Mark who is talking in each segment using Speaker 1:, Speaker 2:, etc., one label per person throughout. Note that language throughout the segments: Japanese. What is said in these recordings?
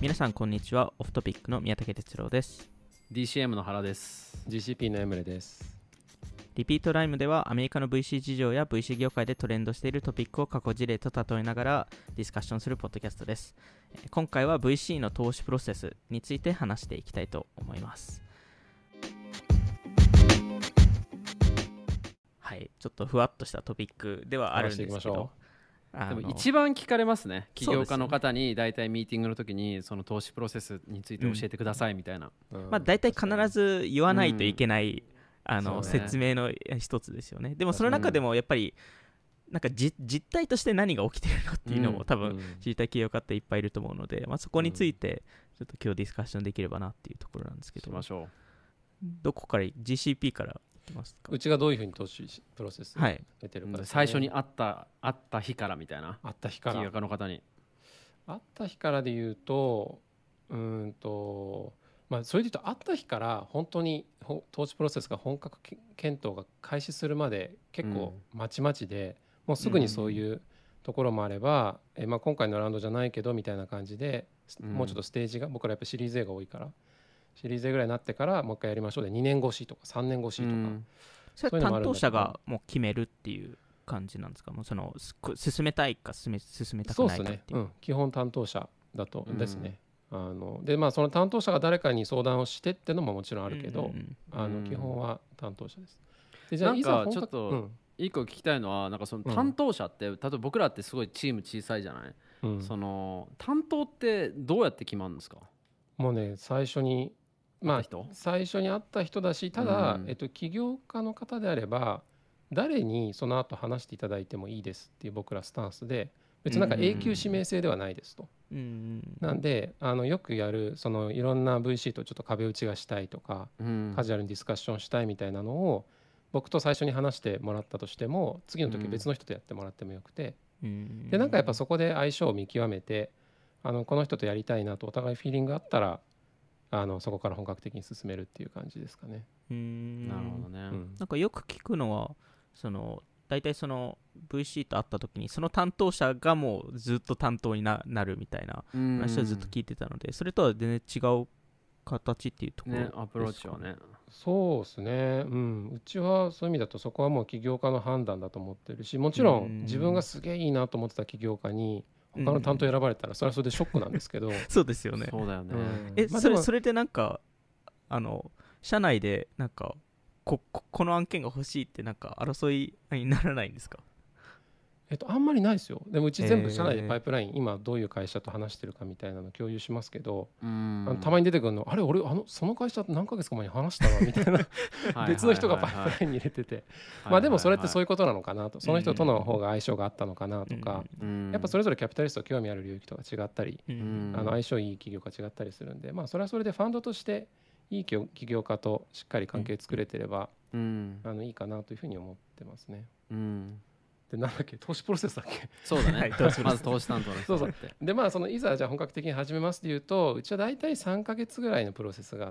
Speaker 1: 皆さんこんにちは。オフトピックの宮武哲郎です。
Speaker 2: DCM の原です。
Speaker 3: GCP のエムレです。
Speaker 1: リピートライムではアメリカの VC 事情や VC 業界でトレンドしているトピックを過去事例と例えながらディスカッションするポッドキャストです。今回は VC の投資プロセスについて話していきたいと思います。はい、ちょっとふわっとしたトピックではあるんですけど、
Speaker 2: でも一番聞かれますね。起業家の方に大体ミーティングの時にその投資プロセスについて教えてくださいみたいな、
Speaker 1: 大体必ず言わないといけない、説明の一つですよね。でもその中でもやっぱりなんか実態として何が起きてるのっていうのも多分知りたい起業家っていっぱいいると思うので、そこについてちょっと今日ディスカッションできればなっていうところなんですけど、
Speaker 2: しましょう。
Speaker 1: どこから GCP からいきますか。
Speaker 3: うちがどういうふうに投資プロセス出てるかですね、
Speaker 2: 最初に会った日からみたいな。
Speaker 3: 会った日から、
Speaker 2: 起業家の方に
Speaker 3: 会った日からで言うとそれで言うと会った日から本当に投資プロセスが本格検討が開始するまで結構まちまちで、もうすぐにそういうところもあれば、今回のラウンドじゃないけどみたいな感じで、もうちょっとステージが僕らやっぱシリーズ A が多いからシリーズ A ぐらいになってからもう一回やりましょうで2年越しとか3年越しとか、
Speaker 1: それは担当者がもう決めるっていう感じなんですか。もうその進めたいか進めたくないかっていう。そうですね、
Speaker 3: 基本担当者だとですね。でその担当者が誰かに相談をしてってのももちろんあるけど、基本は担当者です。
Speaker 2: でじゃあなんかちょっと一個聞きたいのは、なんかその担当者って、例えば僕らってすごいチーム小さいじゃない、その担当ってどうやって決まるんですか。
Speaker 3: もうね、最初に最初に会った人だし、ただ、起業家の方であれば誰にその後話していただいてもいいですっていう僕らスタンスで、別になんか永久指名制ではないですと。なんでよくやるそのいろんな VC とちょっと壁打ちがしたいとか、カジュアルにディスカッションしたいみたいなのを僕と最初に話してもらったとしても、次の時別の人とやってもらってもよくて、でなんかやっぱそこで相性を見極めて、この人とやりたいなとお互いフィーリングがあったらそこから本格的に進めるっていう感じですかね。
Speaker 2: なるほどね。
Speaker 1: なんかよく聞くのは大体その VC と会った時にその担当者がもうずっと担当になるみたいな話をずっと聞いてたので、それとは全然違う形っていうところですかね。
Speaker 2: アプローチはね。
Speaker 3: そうですね、うちはそういう意味だとそこはもう起業家の判断だと思ってるし、もちろん自分がすげえいいなと思ってた起業家に他の担当選ばれたらそれはそれでショックなんですけど
Speaker 1: そうですよね。
Speaker 2: そうだよね。
Speaker 1: それでなんか社内でなんかこの案件が欲しいってなんか争いにならないんですか。
Speaker 3: あんまりないですよ。でもうち全部社内でパイプライン、今どういう会社と話してるかみたいなの共有しますけど、たまに出てくるの、あれ俺その会社何ヶ月か前に話したわみたいな別の人がパイプラインに入れてて、でもそれってそういうことなのかなと、その人との方が相性があったのかなとか、やっぱそれぞれキャピタリスト興味ある領域とか違ったり、相性いい企業か違ったりするんで、それはそれでファンドとしていい起業家としっかり関係作れてれば、いいかなというふうに思ってますね。でなんだっけ、投資プロセスだっけ。
Speaker 2: そうだねまず投資担当の人だって。
Speaker 3: でそのいざじゃあ本格的に始めますっていうと、うちは大体3ヶ月ぐらいのプロセスがあって、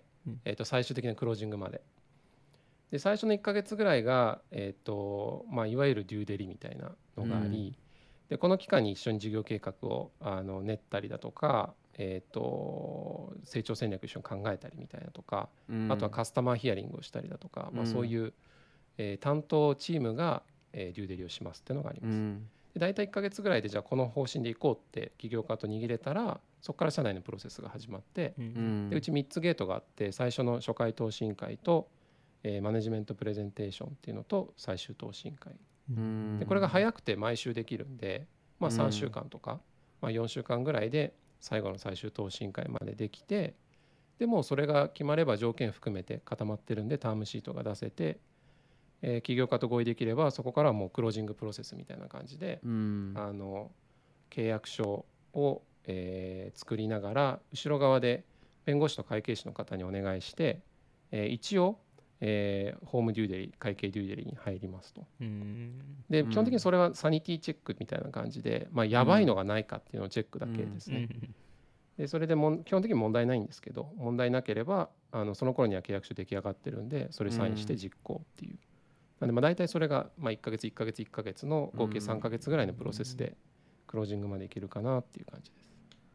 Speaker 3: 最終的なクロージングまで。で最初の1ヶ月ぐらいが、いわゆるデューデリみたいなのがあり、でこの期間に一緒に事業計画を練ったりだとか、成長戦略一緒に考えたりみたいなとか、あとはカスタマーヒアリングをしたりだとか、そういう、担当チームがデューデリをしますっていうのがあります。で大体1ヶ月ぐらいでじゃあこの方針でいこうって起業家と握れたら、そこから社内のプロセスが始まって、でうち3つゲートがあって、最初の初回投資委員会と、マネジメントプレゼンテーションっていうのと最終投資委員会で、これが早くて毎週できるんで、3週間とか、4週間ぐらいで最後の最終投資委員会までできて、でもうそれが決まれば条件含めて固まってるんでタームシートが出せて、起業家と合意できればそこからはもうクロージングプロセスみたいな感じで、契約書を、作りながら後ろ側で弁護士と会計士の方にお願いして、一応、ホームデューデリ会計デューデリに入りますと。で基本的にそれはサニティチェックみたいな感じで、やばいのがないかっていうのをチェックだけですね。でそれで基本的に問題ないんですけど、問題なければその頃には契約書出来上がってるんで、それサインして実行っていう。なんで大体それが1ヶ月1ヶ月1ヶ月の合計3ヶ月ぐらいのプロセスでクロージングまでいけるかなっていう感じです。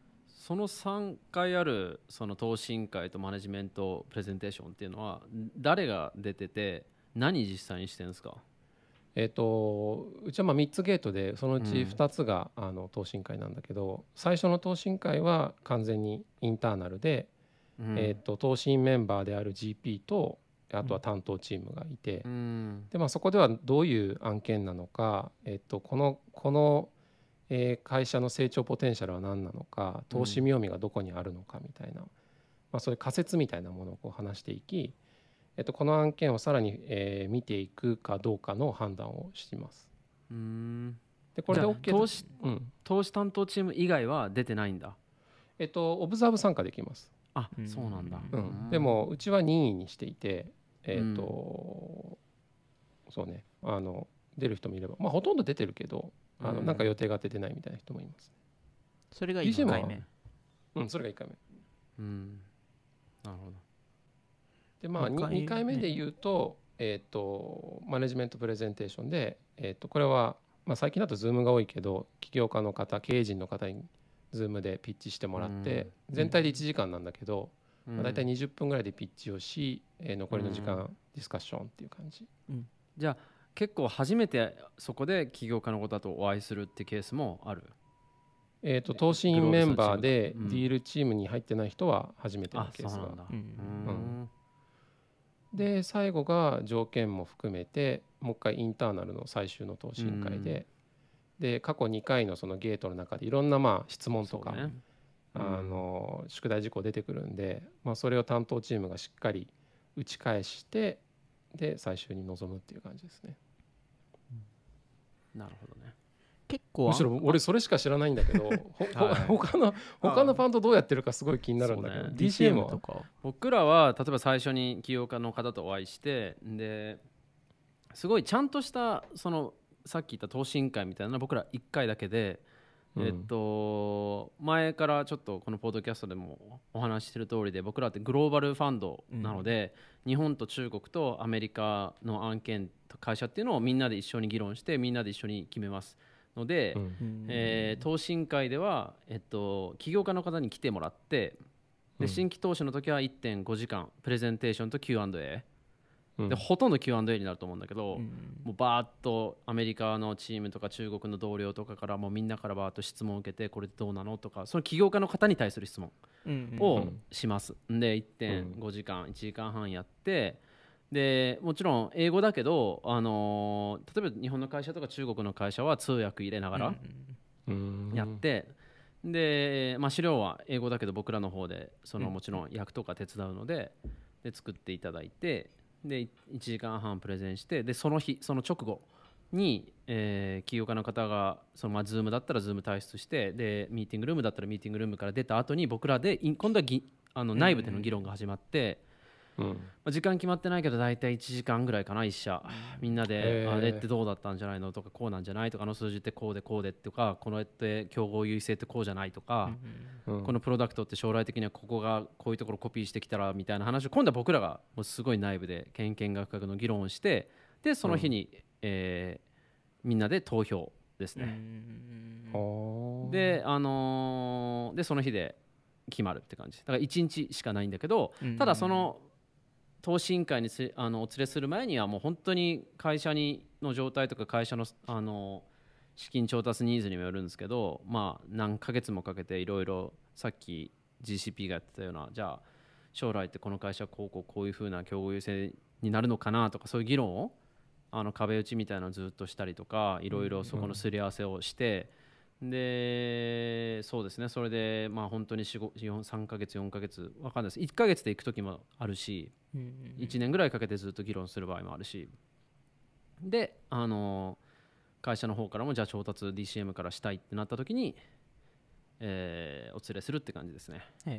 Speaker 2: その3回あるその投資委員会とマネジメントプレゼンテーションっていうのは誰が出てて何実際にしてるんですか？
Speaker 3: うちは3つゲートでそのうち2つが投資委員会なんだけど、最初の投資委員会は完全にインターナルで、投資委員メンバーである GP とあとは担当チームがいて、でそこではどういう案件なのか、この会社の成長ポテンシャルは何なのか、投資妙味がどこにあるのかみたいな、そういう仮説みたいなものをこう話していき、この案件をさらに見ていくかどうかの判断をしています。でこれで OK
Speaker 2: 投資担当チーム以外は出てないんだ。
Speaker 3: オブザーブ参加できます。
Speaker 2: あ、そうなんだ。
Speaker 3: でもうちは任意にしていて、そうね、出る人もいれば、ほとんど出てるけどなんか予定が出てないみたいな人もいます、ね。
Speaker 1: それが1回目。
Speaker 3: それが1回目。
Speaker 2: なるほど。
Speaker 3: で2回目で言うと、マネジメントプレゼンテーションで、これは、最近だと Zoom が多いけど起業家の方、経営陣の方に Zoom でピッチしてもらって、全体で1時間なんだけど、だいたい20分ぐらいでピッチをし、残りの時間ディスカッションっていう感じ。
Speaker 2: じゃあ結構初めてそこで起業家の方とお会いするってケースもある？
Speaker 3: 投資員メンバーでディールチームに入ってない人は初めてのケースが。で最後が条件も含めてもう一回インターナルの最終の投資委員会で過去2回のそのゲートの中でいろんな質問とか、宿題事項出てくるんで、それを担当チームがしっかり打ち返してで最終に臨むっていう感じですね。
Speaker 2: なるほどね。
Speaker 1: 結構
Speaker 3: むしろ俺それしか知らないんだけど他のファンドどうやってるかすごい気になるんだけど、DCM とか
Speaker 2: 僕らは例えば最初に起業家の方とお会いしてですごいちゃんとしたそのさっき言った投資委員会みたいな僕ら1回だけで、前からちょっとこのポッドキャストでもお話ししてる通りで僕らってグローバルファンドなので、日本と中国とアメリカの案件と会社っていうのをみんなで一緒に議論してみんなで一緒に決めますので、投資委員会では、起業家の方に来てもらってで新規投資の時は 1.5 時間プレゼンテーションと Q&A、でほとんど Q&A になると思うんだけど、もうバーッとアメリカのチームとか中国の同僚とかからもうみんなからバーッと質問を受けてこれどうなのとかその起業家の方に対する質問をします。で 1.5 時間1時間半やってでもちろん英語だけど、例えば日本の会社とか中国の会社は通訳入れながらやって、で、資料は英語だけど僕らの方でもちろん訳とか手伝うので、作っていただいてで1時間半プレゼンしてでその日その直後に、起業家の方がZoom だったら Zoom 退出してでミーティングルームだったらミーティングルームから出た後に僕らで今度は内部での議論が始まって、時間決まってないけど大体1時間ぐらいかな1社みんなであれってどうだったんじゃないのとかこうなんじゃないとか数字ってこうでこうでとかこのって競合優位性ってこうじゃないとか、このプロダクトって将来的にはここがこういうところコピーしてきたらみたいな話を今度は僕らがもうすごい内部で見学学の議論をしてでその日に、みんなで投票ですね。で、でその日で決まるって感じだから1日しかないんだけど、ただその投資委員会にお連れする前にはもう本当に会社の状態とか会社の、資金調達ニーズにもよるんですけど、何ヶ月もかけていろいろさっき GCP がやってたようなじゃあ将来ってこの会社こういう風な競合優勢になるのかなとかそういう議論を壁打ちみたいなのをずっとしたりとかいろいろそこのすり合わせをして、でそうですねそれで本当に3ヶ月4ヶ月分かんないです1ヶ月で行く時もあるし、1年ぐらいかけてずっと議論する場合もあるしで会社の方からもじゃあ調達 DCM からしたいってなった時に、お連れするって感じですね。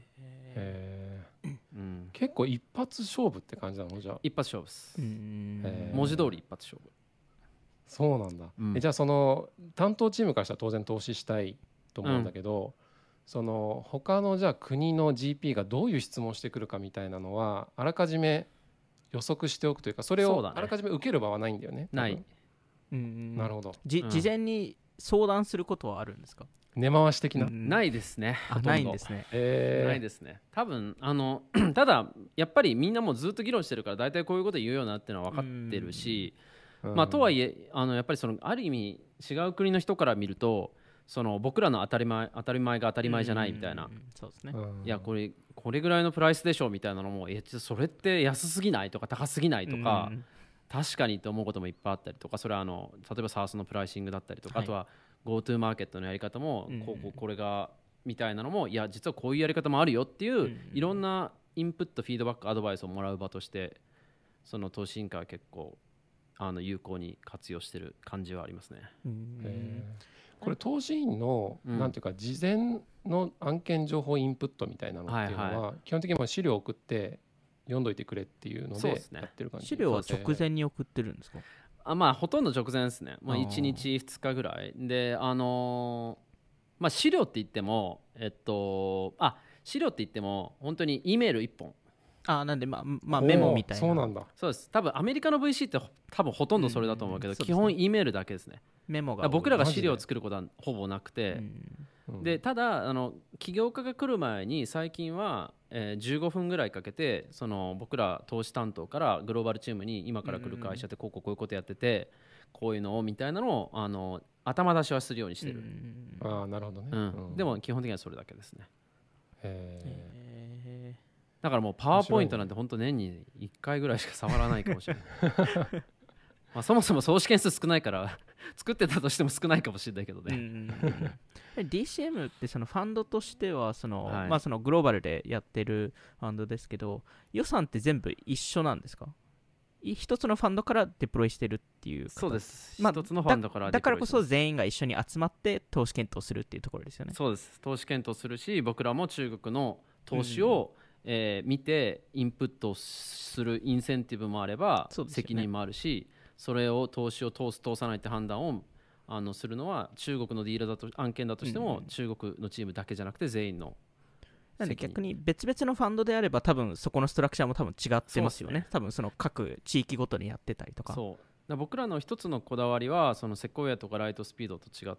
Speaker 3: 結構一発勝負って感じなの？じゃあ
Speaker 2: 一発勝負です。文字通り一発勝負。
Speaker 3: そうなんだ、じゃあその担当チームからしたら当然投資したいと思うんだけど、その他のじゃあ国の GP がどういう質問してくるかみたいなのはあらかじめ予測しておくというかそれをあらかじめ受ける場はないんだよね。
Speaker 2: ない。
Speaker 3: なるほど。
Speaker 1: 事前に相談することはあるんですか？
Speaker 3: 根回し的な、
Speaker 2: ないですね。ほとんど
Speaker 1: ないんですね。
Speaker 2: ないですね。多分ただやっぱりみんなもずっと議論してるから大体こういうこと言うよなっていうのは分かってるし、まあとはいえやっぱりそのある意味違う国の人から見るとその僕らの当たり前が当たり前じゃないみたいな、
Speaker 1: そうですね。
Speaker 2: いやこれぐらいのプライスでしょみたいなのもそれって安すぎないとか高すぎないとか、確かにと思うこともいっぱいあったりとか、それは例えば SaaS のプライシングだったりとか、あとは GoTo マーケットのやり方もこれがみたいなのも、いや実はこういうやり方もあるよっていういろんなインプットフィードバックアドバイスをもらう場としてその投資委員会は結構有効に活用してる感じはありますね。
Speaker 3: これ投資委員のなんていうか事前の案件情報インプットみたいなのっていうのは基本的には資料を送って読んどいてくれっていうのでやってる感じ。
Speaker 1: 資料は直前に送ってるんですか？
Speaker 2: まあほとんど直前ですね。1日2日ぐらいでまあ資料って言っても資料って言っても本当に E メール1本。
Speaker 1: なんでまあメモみたいな。
Speaker 3: そうなんだ。
Speaker 2: そうです。多分アメリカの VC って多分ほとんどそれだと思うけど、基本 E メールだけですね。
Speaker 1: メモが
Speaker 2: 僕らが資料を作ることはほぼなくて、でただ起業家が来る前に最近は、15分ぐらいかけてその僕ら投資担当からグローバルチームに今から来る会社ってこういうことやっててこういうのをみたいなのを頭出しはするようにしてる。
Speaker 3: なるほどね。
Speaker 2: でも基本的にはそれだけですね。だからもうパワーポイントなんて本当年に1回ぐらいしか触らないかもしれないまあそもそも総試験数少ないから作ってたとしても少ないかもしれないけどね。
Speaker 1: DCM ってそのファンドとしてはそのグローバルでやってるファンドですけど、予算って全部一緒なんですか？一つのファンドからデプロイしてるっていう。
Speaker 2: そうです、一つのファンドから
Speaker 1: だからこそ全員が一緒に集まって投資検討するっていうところですよね。
Speaker 2: そうです、投資検討するし、僕らも中国の投資を、見てインプットするインセンティブもあれば、責任もあるし、それを投資を通さないって判断をするのは中国のディーラーだと案件だとしても、中国のチームだけじゃなくて全員の。
Speaker 1: なんで逆に別々のファンドであれば多分そこのストラクチャーも多分違ってますよね。多分その各地域ごとにやってたりとか。
Speaker 2: そう僕らの一つのこだわりはそのセコイアとかライトスピードと違って、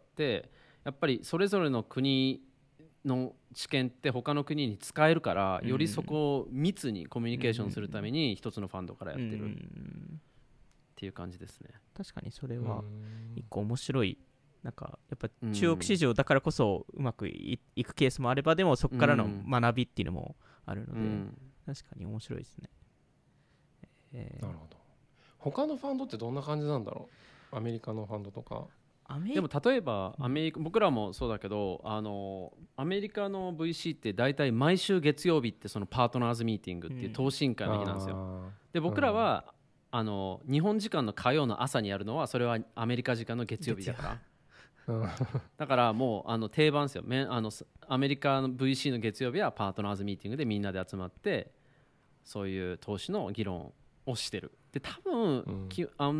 Speaker 2: やっぱりそれぞれの国の知見って他の国に使えるから、よりそこを密にコミュニケーションするために一つのファンドからやってるっていう感じですね。
Speaker 1: 確かにそれは一個面白い。なんかやっぱ中国市場だからこそうまくいくケースもあれば、でもそこからの学びっていうのもあるので、確かに面白いですね。
Speaker 3: なるほど。他のファンドってどんな感じなんだろう？アメリカのファンドとか。
Speaker 2: でも例えば僕らもそうだけど、アメリカの VC って大体毎週月曜日ってそのパートナーズミーティングっていう投資委員会の日なんですよ。で僕らは日本時間の火曜の朝にやるのはそれはアメリカ時間の月曜日だからだからもう定番ですよ。アメリカの VC の月曜日はパートナーズミーティングでみんなで集まってそういう投資の議論をしてる。で多分、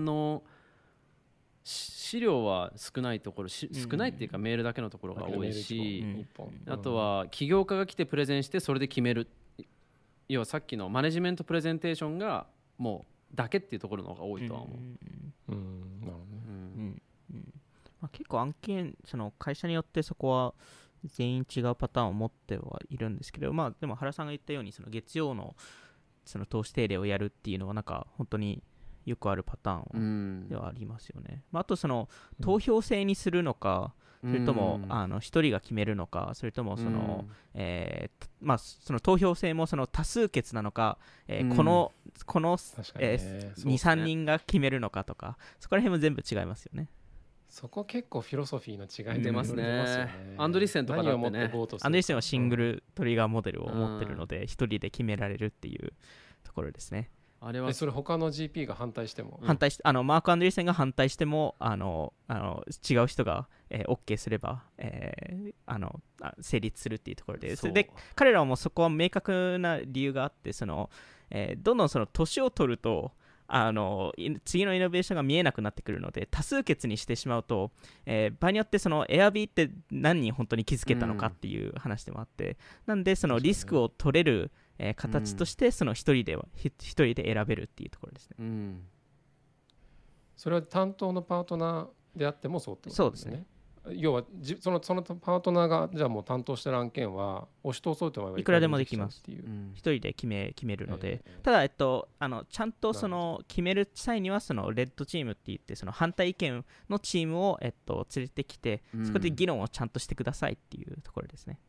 Speaker 2: 資料は少ないところ少ないっていうかメールだけのところが多いし、あとは起業家が来てプレゼンしてそれで決める、要はさっきのマネジメントプレゼンテーションがもうだけっていうところの方が多いとは思う。
Speaker 3: なるほどね。
Speaker 1: 結構案件その会社によってそこは全員違うパターンを持ってはいるんですけど、でも原さんが言ったようにその月曜のその投資定例をやるっていうのはなんか本当によくあるパターンではありますよね。あとその投票制にするのか、それとも一人が決めるのか、それともそのその投票制もその多数決なのか、この2、3人が決めるのかとか、そこら辺も全部違いますよね。
Speaker 3: そこ結構フィロソフィーの違い
Speaker 2: 出ますね。アンドリッセンとかだってね、
Speaker 1: アンドリッセンはシングルトリガーモデルを持ってるので、一人で決められるっていうところですね。
Speaker 3: あれはそれ他の GP が反対しても、
Speaker 1: マーク・アンドリーセンが反対しても違う人が、OK すれば、成立するっていうところで、それで彼らはもうそこは明確な理由があって、どんどんその年を取ると次のイノベーションが見えなくなってくるので、多数決にしてしまうと、場合によってそのエアビーって何人本当に気づけたのかっていう話でもあって、なんでそのリスクを取れる形としてその一人で選べるっていうところですね。
Speaker 3: それは担当のパートナーであってもそうってことですね。 要はそのパートナーがじゃあもう担当してる案件は押し通そうと思えば
Speaker 1: いくらでもできます
Speaker 3: っていう、
Speaker 1: 一人で決めるので、ただ、ちゃんとその決める際にはそのレッドチームって言ってその反対意見のチームを、連れてきて、そこで議論をちゃんとしてくださいっていうところですね。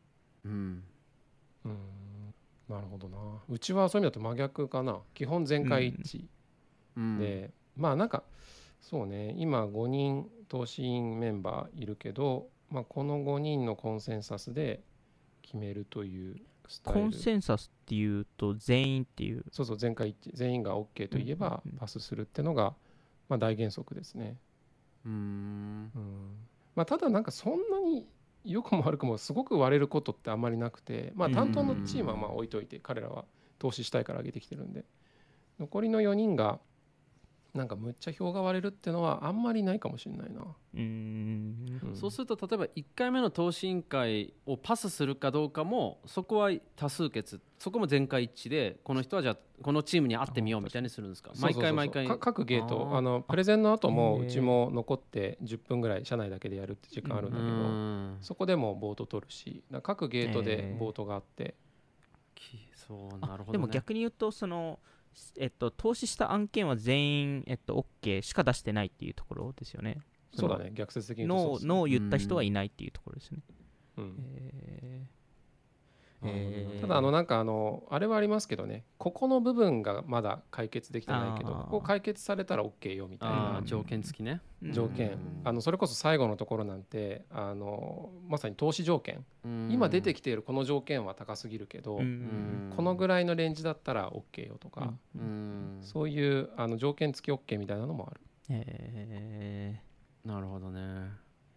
Speaker 3: なるほどな。うちはそういう意味だと真逆かな。基本全会一致、でまあなんかそうね、今5人投資員メンバーいるけど、まあ、この5人のコンセンサスで決めるというスタイル。
Speaker 1: コンセンサスっていうと全員っていう。
Speaker 3: そうそう、全会一致、全員が OK といえばパスするってのが、まあ、大原則ですね。まあ、ただなんかそんなに良くも悪くもすごく割れることってあんまりなくて、まあ、担当のチームはまあ置いといて、彼らは投資したいから上げてきてるんで、残りの4人がなんかむっちゃ票が割れるっていうのはあんまりないかもしれないな。
Speaker 2: そうすると例えば1回目の投資委員会をパスするかどうかもそこは多数決、そこも全会一致でこの人はじゃあこのチームに会ってみようみたいにするんですか。毎回毎回
Speaker 3: 各ゲートプレゼンの後もうちも残って10分ぐらい社内だけでやるって時間あるんだけど、そこでもボート取るし、各ゲートでボートがあって、
Speaker 2: そうなるほどね。
Speaker 1: でも逆に言うとその投資した案件は全員、OK しか出してないっていうところですよね。
Speaker 3: そうだね、逆説的に
Speaker 1: ノーを言った人はいないっていうところですね。
Speaker 3: ただなんかあれはありますけどね、ここの部分がまだ解決できてないけど、ここ解決されたら OK よみたいな
Speaker 2: 条件付きね。
Speaker 3: 条件、それこそ最後のところなんてまさに投資条件、今出てきているこの条件は高すぎるけど、このぐらいのレンジだったら OK よとか、そういう条件付き OK みたいなのもある。
Speaker 2: なるほどね。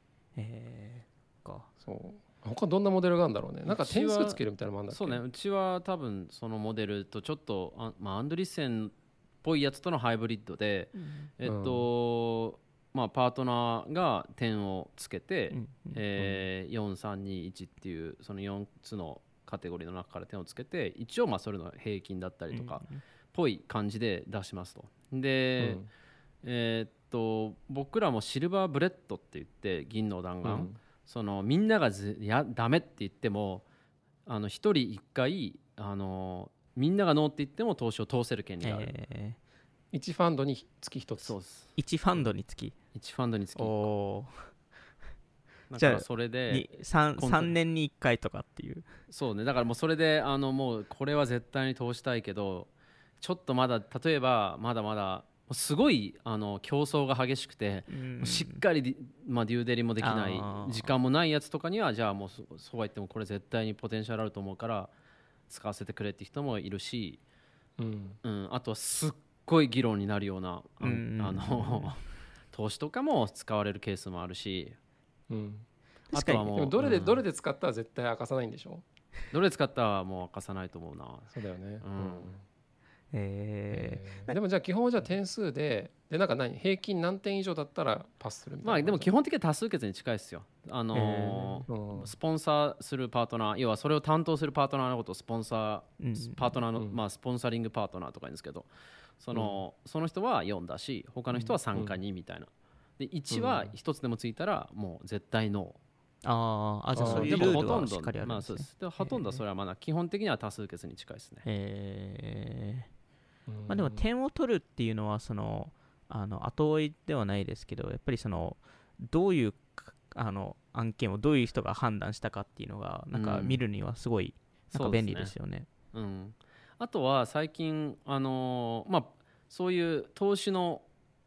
Speaker 3: そう他どんなモデルがあるんだろうね。なんか点数つけるみたいなのもあるんだっけ。
Speaker 2: そうね、うちは多分そのモデルとちょっとアンドリッセンっぽいやつとのハイブリッドで、まあ、パートナーが点をつけて、4321っていうその4つのカテゴリーの中から点をつけて、一応まあそれの平均だったりとかっぽい感じで出しますと。で、僕らもシルバーブレッドって言って銀の弾丸、そのみんながダメって言っても1人1回みんながノーって言っても投資を通せる権利がある。
Speaker 3: 1ファンドにつき1つ。
Speaker 2: そうです。
Speaker 1: 1ファンドにつき
Speaker 2: 1ファンドにつきだ
Speaker 1: じゃあ
Speaker 2: からそれで
Speaker 1: 3年に1回とかっていう。
Speaker 2: そうね、だからもうそれでもうこれは絶対に通したいけど、ちょっとまだ例えばまだまだすごい競争が激しくて、しっかりデューデリもできない時間もないやつとかには、じゃあもうそうは言ってもこれ絶対にポテンシャルあると思うから使わせてくれって人もいるし、あとはすっごい議論になるような投資とかも使われるケースもあるし、
Speaker 3: あとはもうどれで使ったら絶対明かさないんでしょ。
Speaker 2: どれ使ったらもう明かさないと思うな。
Speaker 3: そうだよね。でもじゃあ基本はじゃあ点数でなんか平均何点以上だったらパスするみたいな。
Speaker 2: まあでも基本的には多数決に近いですよ。スポンサーするパートナー、要はそれを担当するパートナーのことをスポンサー、パートナーの、まあスポンサリングパートナーとか言うんですけど、その人は4だし他の人は3か2みたいな。で1は1つでもついたらもう絶対ノー。
Speaker 1: じゃあそういうルールはしっかりあるんですね。
Speaker 2: そうです。でほとんどそれはまだ基本的には多数決に近いですね。
Speaker 1: まあ、でも点を取るっていうのは後追いではないですけど、やっぱりどういう案件をどういう人が判断したかっていうのがなんか見るにはすごいなんか便利ですよね。
Speaker 2: あとは最近そういう投資の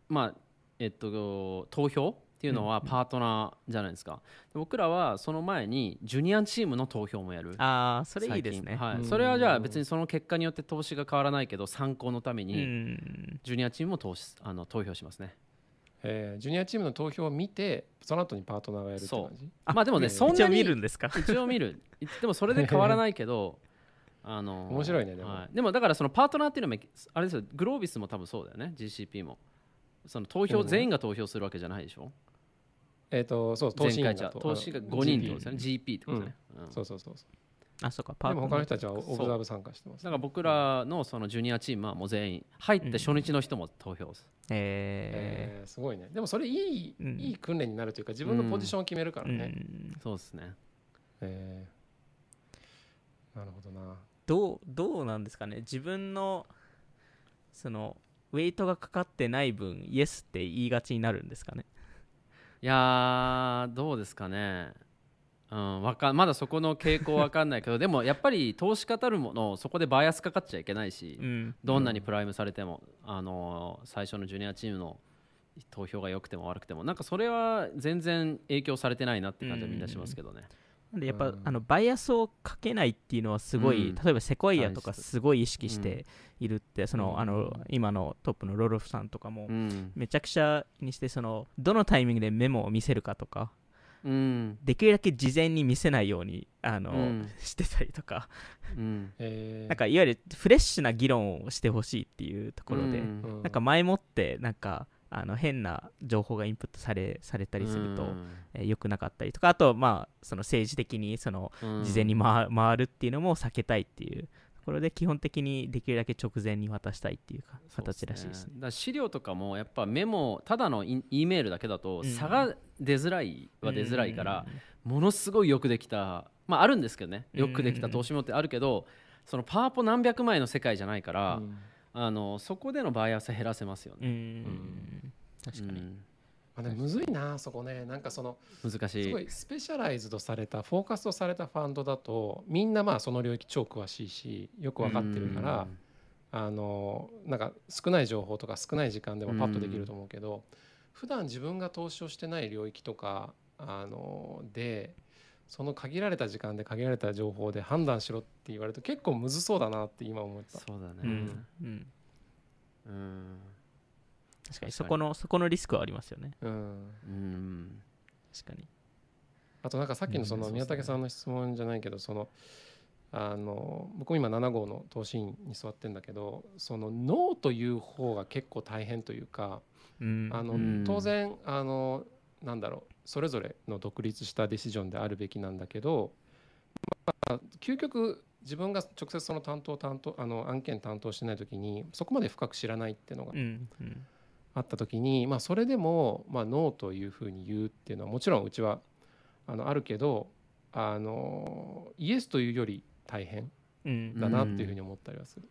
Speaker 2: 投票っていうのはパートナーじゃないですか。僕らはその前にジュニアチームの投票もやる。
Speaker 1: それいいですね。
Speaker 2: それはじゃあ別にその結果によって投資が変わらないけど参考のためにジュニアチームも投票しますね。
Speaker 3: ジュニアチームの投票を見てその後にパートナーがやるって感じ。
Speaker 2: まあでもね、そんなに
Speaker 1: 一応見るんですか。
Speaker 2: 一応見る。でもそれで変わらないけど
Speaker 3: 面白いね。
Speaker 2: でもだからそのパートナーっていうのもあれですよ、グロービスも多分そうだよね。 GCP もその投票全員が投票するわけじゃないでしょ。
Speaker 3: そう、投資が
Speaker 2: 5人ってことですよね。GP ってことね。
Speaker 1: あ、そうか、パー
Speaker 3: でも
Speaker 1: ト
Speaker 3: 他の人たちはオブザーブ参加してます。
Speaker 2: だから僕らのそのジュニアチームはもう全員入って初日の人も投票です。
Speaker 3: すごいね。でもそれいい訓練になるというか、自分のポジションを決めるからね。
Speaker 2: そうですね。
Speaker 3: なるほどな。
Speaker 1: どうなんですかね、自分のそのウェイトがかかってない分イエスって言いがちになるんですかね。
Speaker 2: いやー、どうですかね。まだそこの傾向わかんないけどでもやっぱり投資家たるものそこでバイアスかかっちゃいけないし、どんなにプライムされても、最初のジュニアチームの投票が良くても悪くてもなんかそれは全然影響されてないなって感じはみんなしますけどね。
Speaker 1: でやっぱ、バイアスをかけないっていうのはすごい、例えばセコイアとかすごい意識しているって、今のトップのロルフさんとかもめちゃくちゃにして、どのタイミングでメモを見せるかとか、できるだけ事前に見せないようにしてたりとか、なんかいわゆるフレッシュな議論をしてほしいっていうところで、なんか前もってなんか変な情報がインプットされたりすると、良くなかったりとか、あとその政治的に事前に回るっていうのも避けたいっていうところで、基本的にできるだけ直前に渡したいっていう形らしいですね。
Speaker 2: だから資料とかもやっぱメモただの E メールだけだと差が出づらいから、ものすごいよくできた、あるんですけどね、よくできた投資メモってあるけど、そのパワポ何百枚の世界じゃないから、そこでのバイアス減らせますよね。
Speaker 1: 確かに。
Speaker 3: でもむずいなそこね。なんか
Speaker 2: 難しい。
Speaker 3: すごいスペシャライズドされたフォーカスとされたファンドだとみんなその領域超詳しいしよく分かってるから、なんか少ない情報とか少ない時間でもパッとできると思うけど、普段自分が投資をしてない領域とかでその限られた時間で限られた情報で判断しろって言われると結構むずそうだなって今思った。
Speaker 2: そうだね。
Speaker 1: 確かにそこのリスクはありますよね。確かに。
Speaker 3: あとなんかさっきの宮武さんの質問じゃないけど、僕も今7号の投資員に座ってるんだけど、ノーという方が結構大変というか、当然なんだろう、それぞれの独立したディシジョンであるべきなんだけど、究極自分が直接その案件担当してない時にそこまで深く知らないっていうのがあった時に、それでもノーというふうに言うっていうのはもちろんうちはあるけど、イエスというより大変だなっていうふうに思ったりはする。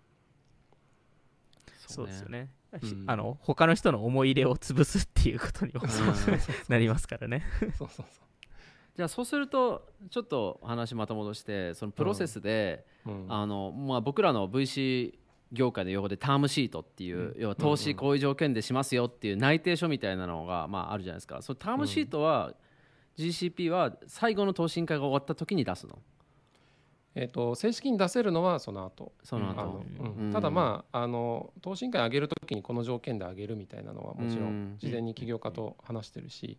Speaker 1: そうですよね。他の人の思い入れを潰すっていうことにもなりますからね。
Speaker 2: じゃあそうするとちょっと話また戻して、そのプロセスで、僕らの VC 業界の用語でタームシートっていう、要は投資こういう条件でしますよっていう内定書みたいなのがあるじゃないですか。そのタームシートは、GCP は最後の投資委員会が終わった時に出すの？
Speaker 3: 正式に出せるのはその後。ただ投資委員会上げるときにこの条件で上げるみたいなのはもちろん事前に起業家と話してるし、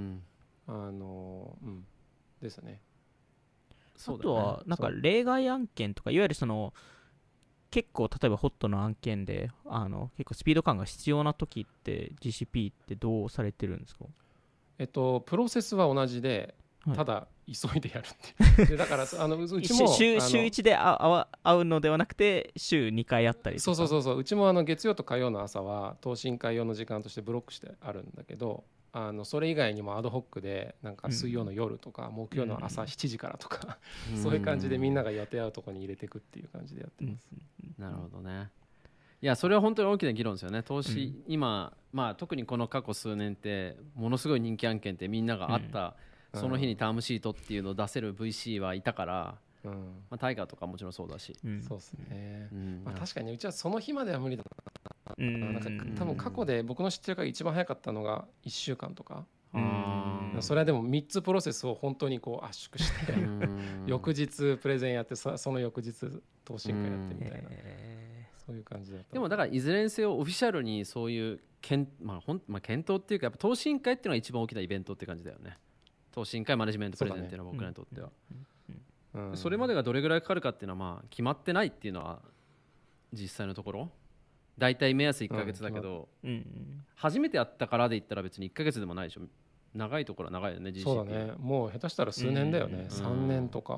Speaker 3: ですね。
Speaker 1: あとはなんか例外案件とか、いわゆる結構例えばホットの案件で結構スピード感が必要な時って GCP ってどうされてるんですか？
Speaker 3: プロセスは同じで、ただ急いでやるってでだからうちも
Speaker 1: 週1で会うのではなくて週2回あったりとか。
Speaker 3: そううちも月曜と火曜の朝は投資委員会用の時間としてブロックしてあるんだけど、それ以外にもアドホックでなんか水曜の夜とか、木曜の朝7時からとか、そういう感じでみんなが予定合うところに入れていくっていう感じでやってます。
Speaker 2: なるほどね。いやそれは本当に大きな議論ですよね。投資、今特にこの過去数年ってものすごい人気案件ってみんながあった、その日にタームシートっていうのを出せる VC はいたから、タイガーとかもちろんそうだし、
Speaker 3: そうですね。確かにうちはその日までは無理だな。なんか多分過去で僕の知ってる限り一番早かったのが1週間とか。それはでも3つプロセスを本当に圧縮して翌日プレゼンやって、その翌日投資委員会やってみたいな、そういう感じだった。
Speaker 2: でもだからいずれにせよオフィシャルにそういう検討っていうか、やっぱ投資委員会っていうのが一番大きなイベントって感じだよね。投資委員会マネジメントプレゼンっていうのは僕らにとっては、それまでがどれぐらいかかるかっていうのは決まってないっていうのは実際のところだいたい目安1ヶ月だけど、初めてやったからで言ったら別に1ヶ月でもないでしょ。長いところは長いよね。
Speaker 3: そうだね。もう下手したら数年だよね。3年とか。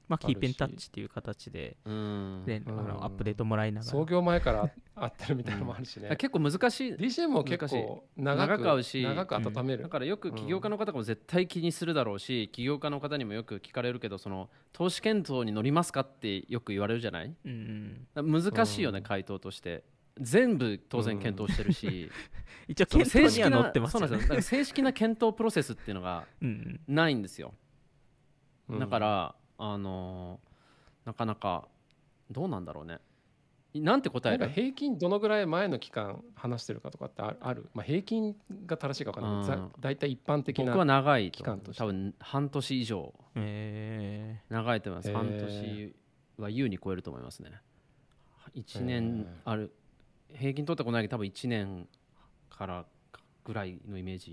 Speaker 1: まあ、キープインタッチっていう形で、アップデートもらいながら
Speaker 3: 創業前から合ってるみたいなのもあるしね、
Speaker 2: 結構難しい。
Speaker 3: DCM も結構長く
Speaker 2: 合うし、
Speaker 3: 長く温める、
Speaker 2: だからよく起業家の方も絶対気にするだろうし、起業家の方にもよく聞かれるけど、その投資検討に乗りますかってよく言われるじゃない、難しいよね、回答として全部当然検討してるし
Speaker 1: 一応検討には載ってますよね。
Speaker 2: そうなんですよ。だから正式な検討プロセスっていうのがないんですよ。だからなかなかどうなんだろうね。なんて答える？
Speaker 3: 平均どのぐらい前の期間話してるかとかってある？まあ、平均が正しいか分からない。だいたい一般的な期間として。
Speaker 2: 僕は長いと多分半年以上、長いと思います。半年は優に超えると思いますね。1年ある、平均取ったことないけど多分1年からぐらいのイメージ。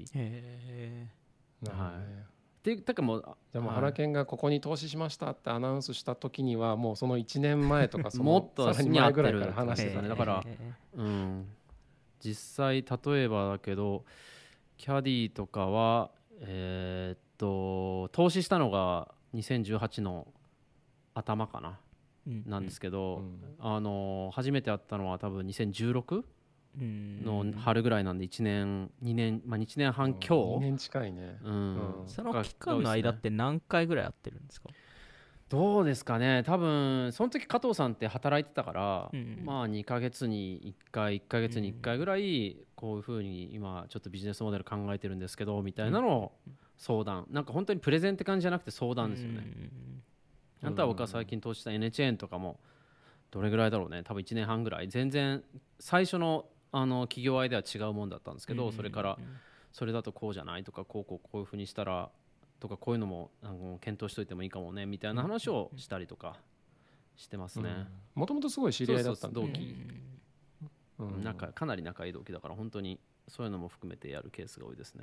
Speaker 2: だからもう
Speaker 3: じゃあもう原研がここに投資しましたってアナウンスした時にはもうその1年前とか
Speaker 2: もっと
Speaker 3: さらに前ぐらいから話してたね。
Speaker 2: だから、実際例えばだけどキャディとかは投資したのが2018の頭かな、なんですけど、初めて会ったのは多分2016の春ぐらいなんで1年2年、まあ、1年半強、
Speaker 3: 2年近いね、
Speaker 1: その期間の間って何回ぐらい会ってるんですか？
Speaker 2: どうですかね。多分その時加藤さんって働いてたから、まあ2ヶ月に1回1ヶ月に1回ぐらいこういうふうに今ちょっとビジネスモデル考えてるんですけどみたいなのを相談、なんか本当にプレゼンって感じじゃなくて相談ですよね。あとは僕は最近投資した N チェーンとかもどれぐらいだろうね、多分1年半ぐらい、全然最初の企業アイデアは違うもんだったんですけど、それからそれだとこうじゃないとかこういうふうにしたらとかこういうのも検討しといてもいいかもねみたいな話をしたりとかしてますね。
Speaker 3: もともとすごい知り合いだったんだ、
Speaker 2: 同期、かなり仲いい同期だから本当にそういうのも含めてやるケースが多いですね。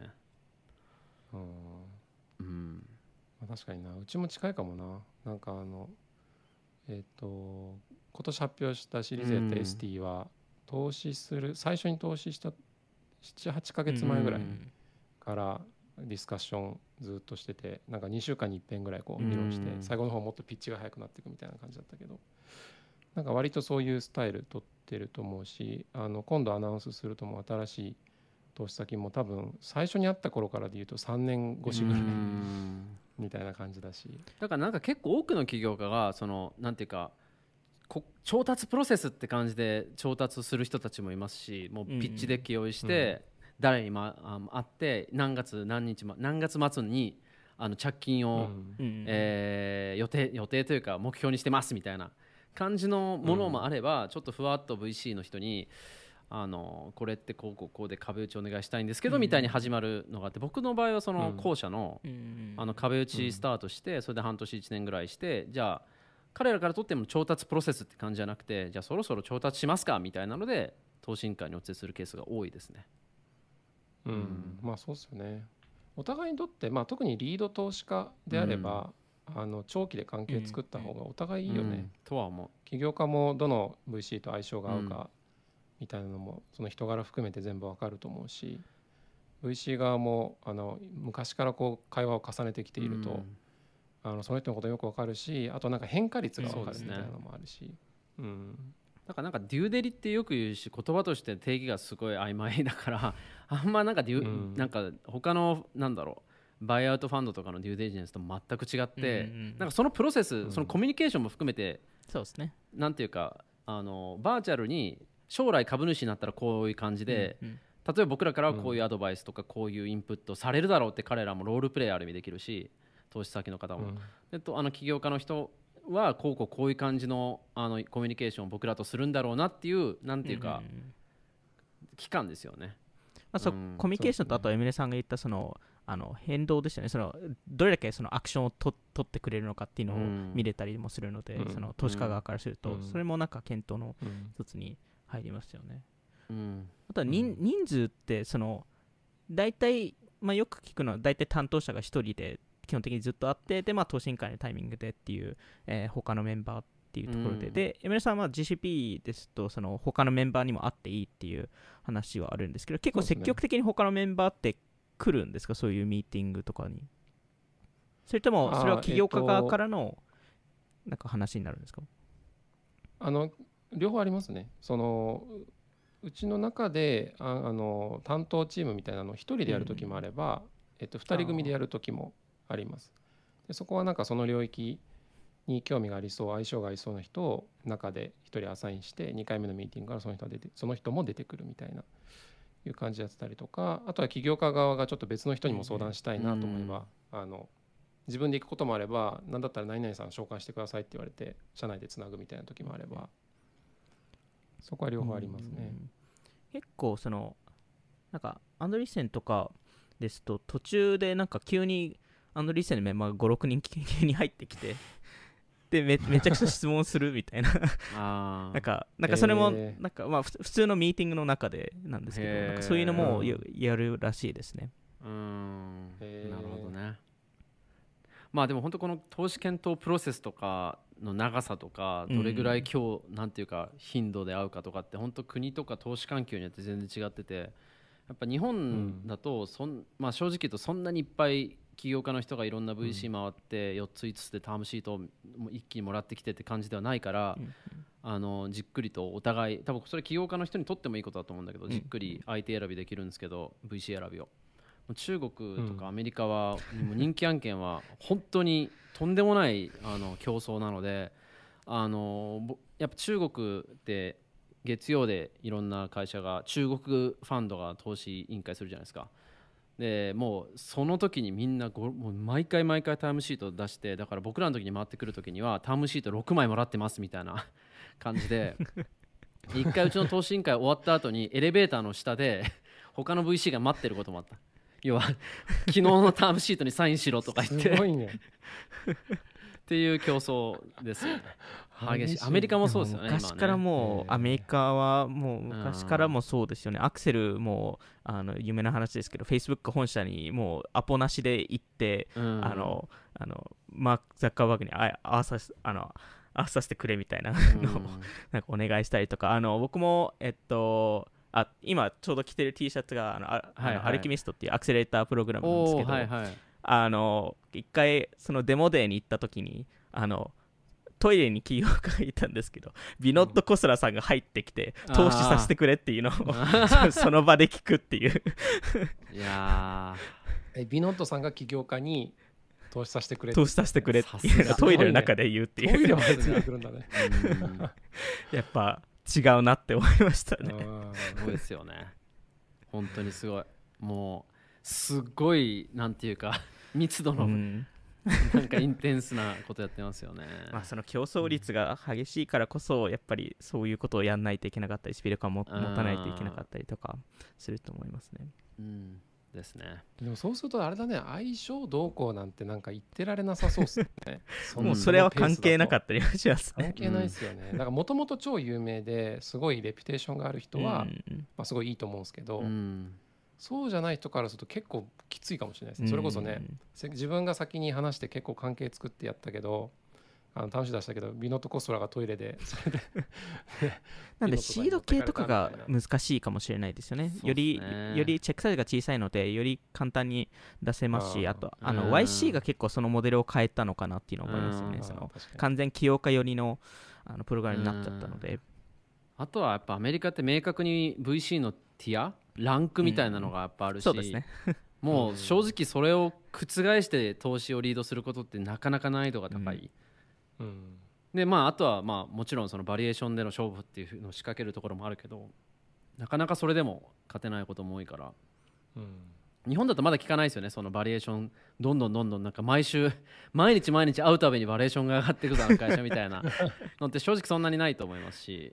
Speaker 3: 確かにな、うちも近いかもな。なんか今年発表したシリーズ ST は投資する最初に投資した7、8ヶ月前ぐらいからディスカッションずっとしてて、なんか2週間に1遍ぐらいこう議論して、最後の方もっとピッチが速くなっていくみたいな感じだったけど、なんか割とそういうスタイル取ってると思うし、今度アナウンスするとも新しい投資先も多分最初に会った頃からでいうと3年越しぐらいみたいな感じだし、
Speaker 2: だからなんか結構多くの起業家がなんていうか調達プロセスって感じで調達する人たちもいますし、もうピッチデッキ用意して誰に会って何月末に着金を予定というか目標にしてますみたいな感じのものもあれば、ちょっとふわっと VC の人にこれってこうで壁打ちお願いしたいんですけどみたいに始まるのがあって、僕の場合はその後者の壁打ちスタートして、それで半年1年ぐらいして、じゃあ彼らからとっても調達プロセスって感じじゃなくて、じゃあそろそろ調達しますかみたいなので投資委員会にお連れするケースが多いですね。
Speaker 3: まあそうですよね。お互いにとって、まあ、特にリード投資家であれば、長期で関係作った方がお互いいいよね、
Speaker 2: とは思う。
Speaker 3: 起業家もどの VC と相性が合うかみたいなのもその人柄含めて全部わかると思うし、 VC 側も昔からこう会話を重ねてきていると、その人のことよくわかるし、あとなんか変化率がわかるみたいなのもあるし、
Speaker 2: だからなんかデューデリってよく言うし、言葉として定義がすごい曖昧だからあんまなんかなんか他のなんだろうバイアウトファンドとかのデューデリジェンスと全く違って、なんかそのプロセス、そのコミュニケーションも含めて、
Speaker 1: そうですね、
Speaker 2: なんていうかバーチャルに将来株主になったらこういう感じで、例えば僕らからはこういうアドバイスとかこういうインプットされるだろうって彼らもロールプレイある意味できるし、投資先の方も、起業家の人はこういう感じのコミュニケーションを僕らとするんだろうなっていうなんていうか、期間ですよね。
Speaker 1: コミュニケーションと、あとエミネさんが言った変動ですよね。どれだけそのアクションを取ってくれるのかっていうのを見れたりもするので、その投資家側からすると、それもなんか検討の一つに入りますよね。あとは人数って大体、よく聞くのは大体担当者が1人で基本的にずっとあって、で投資委員会のタイミングでっていう、他のメンバーっていうところで、でエミネさんは GCP ですと他のメンバーにも会っていいっていう話はあるんですけど、結構積極的に他のメンバーって来るんですか、そういうミーティングとかに。それともそれは起業家側からのなんか話になるんですか？
Speaker 3: 両方ありますね。うちの中で担当チームみたいなのを1人でやる時もあれば、2人組でやる時もあります。でそこはなんかその領域に興味がありそう、相性がありそうな人を中で1人アサインして、2回目のミーティングからその人も出てくるみたいないう感じでやってたりとか、あとは起業家側がちょっと別の人にも相談したいなと思えば、自分で行くこともあれば、何だったら何々さん紹介してくださいって言われて社内でつなぐみたいな時もあれば、そこは両方ありますね。
Speaker 1: 結構なんかアンドリッセンとかですと途中でなんか急にアンドリッセンのメンバーが5、6人急に入ってきてで めちゃくちゃ質問するみたいななんかそれもなんかまあ普通のミーティングの中でなんですけど、なんかそういうのもやるらしいですね。
Speaker 2: なるほどね。まあでも本当この投資検討プロセスとかの長さとかどれぐらいなんていうか頻度で会うかとかって本当国とか投資環境によって全然違ってて、やっぱ日本だとまあ正直言うとそんなにいっぱい起業家の人がいろんな VC 回って4つ5つでタームシートを一気にもらってきてって感じではないから、じっくりとお互い、多分それ起業家の人にとってもいいことだと思うんだけど、じっくり相手選びできるんですけど、 VC 選びを中国とかアメリカはもう人気案件は本当にとんでもない競争なので、やっぱ中国って月曜でいろんな会社が中国ファンドが投資委員会するじゃないですか。でもうその時にみんなもう毎回タームシートを出して、だから僕らの時に回ってくる時にはタームシート6枚もらってますみたいな感じで一回うちの投資委員会終わった後にエレベーターの下で他の VC が待ってることもあった。要は昨日のタームシートにサインしろとか言って
Speaker 3: すごいね
Speaker 2: っていう競争ですよね。激しい。アメリカもそうですよね。
Speaker 1: 昔からもうアメリカはもう昔からもそうですよね。アクセルも有名な話ですけど、Facebook 本社にもうアポなしで行って、マーク・ザッカーバーグに合わさせてくれみたいなのをなんかお願いしたりとか、僕も今ちょうど着てる T シャツがアルキミストっていうアクセレータープログラムなんですけど、一回そのデモデーに行った時にトイレに起業家がいたんですけど、ビノット・コスラさんが入ってきて投資させてくれっていうのをその場で聞くっていう
Speaker 2: いや
Speaker 3: ビノットさんが起業家に投資させてくれ
Speaker 1: っていうのトイレの中で言うっていう、
Speaker 3: トイレまでついてくるんだね
Speaker 1: やっぱ違うなって思いましたね。
Speaker 2: すごいですよね。本当にすごい。もうすごいなんていうか密度の、なんかインテンスなことやってますよね。
Speaker 1: まあその競争率が激しいからこそやっぱりそういうことをやんないといけなかったり、スピード感を持たないといけなかったりとかすると思いますね。
Speaker 2: ですね。
Speaker 3: でもそうするとあれだね、相性どうこうなんてなんか言ってられなさそうですね
Speaker 1: もうそれは関係なかったりしますね。
Speaker 3: 関係ないですよね。だからもともと超有名ですごいレピュテーションがある人は、すごいいいと思うんですけど、そうじゃない人からすると結構きついかもしれないですね。それこそね、自分が先に話して結構関係作ってやったけど、楽し出したけどビノット・コストラがトイレでそれで
Speaker 1: なんでシード系とかが難しいかもしれないですよね。よりチェックサイズが小さいのでより簡単に出せますし、あとYC が結構そのモデルを変えたのかなっていうのを思いますよね。その完全起業家寄りのプログラムになっちゃったので、
Speaker 2: あとはやっぱアメリカって明確に VC のティアランクみたいなのがやっぱあるし、
Speaker 1: そうですね
Speaker 2: もう正直それを覆して投資をリードすることってなかなか難易度が高い。であとはもちろんそのバリエーションでの勝負っていうのを仕掛けるところもあるけど、なかなかそれでも勝てないことも多いから、日本だとまだ聞かないですよね。そのバリエーションどんどんなんか毎日会うたびにバリエーションが上がっていくぞ会社みたいなのって正直そんなにないと思いますし、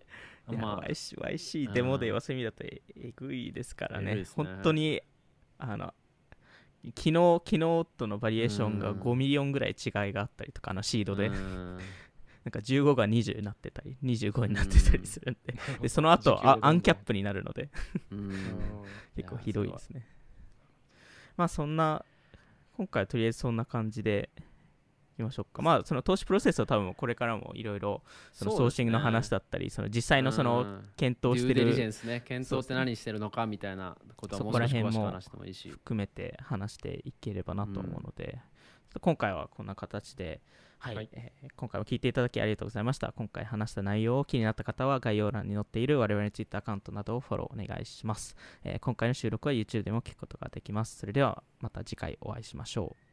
Speaker 1: YC デモではそういう意味だとえぐいですからね。本当に昨日とのバリエーションが5ミリオンぐらい違いがあったりとか、シードでなんか15が20になってたり25になってたりするんで、その後アンキャップになるので結構ひどいですね。そんな今回はとりあえずそんな感じでいきましょうか。その投資プロセスは多分これからもいろいろソーシングの話だったり、その実際のその検討してる
Speaker 2: デューデリジェンスね、検討って何してるのかみたいなことはもう少し詳しく話してもいいし、
Speaker 1: 含めて話していければなと思うので、 今回はこんな形で、はい
Speaker 3: はい
Speaker 1: 今回も聞いていただきありがとうございました。今回話した内容を気になった方は概要欄に載っている我々の Twitter アカウントなどをフォローお願いします。今回の収録は YouTube でも聞くことができます。それではまた次回お会いしましょう。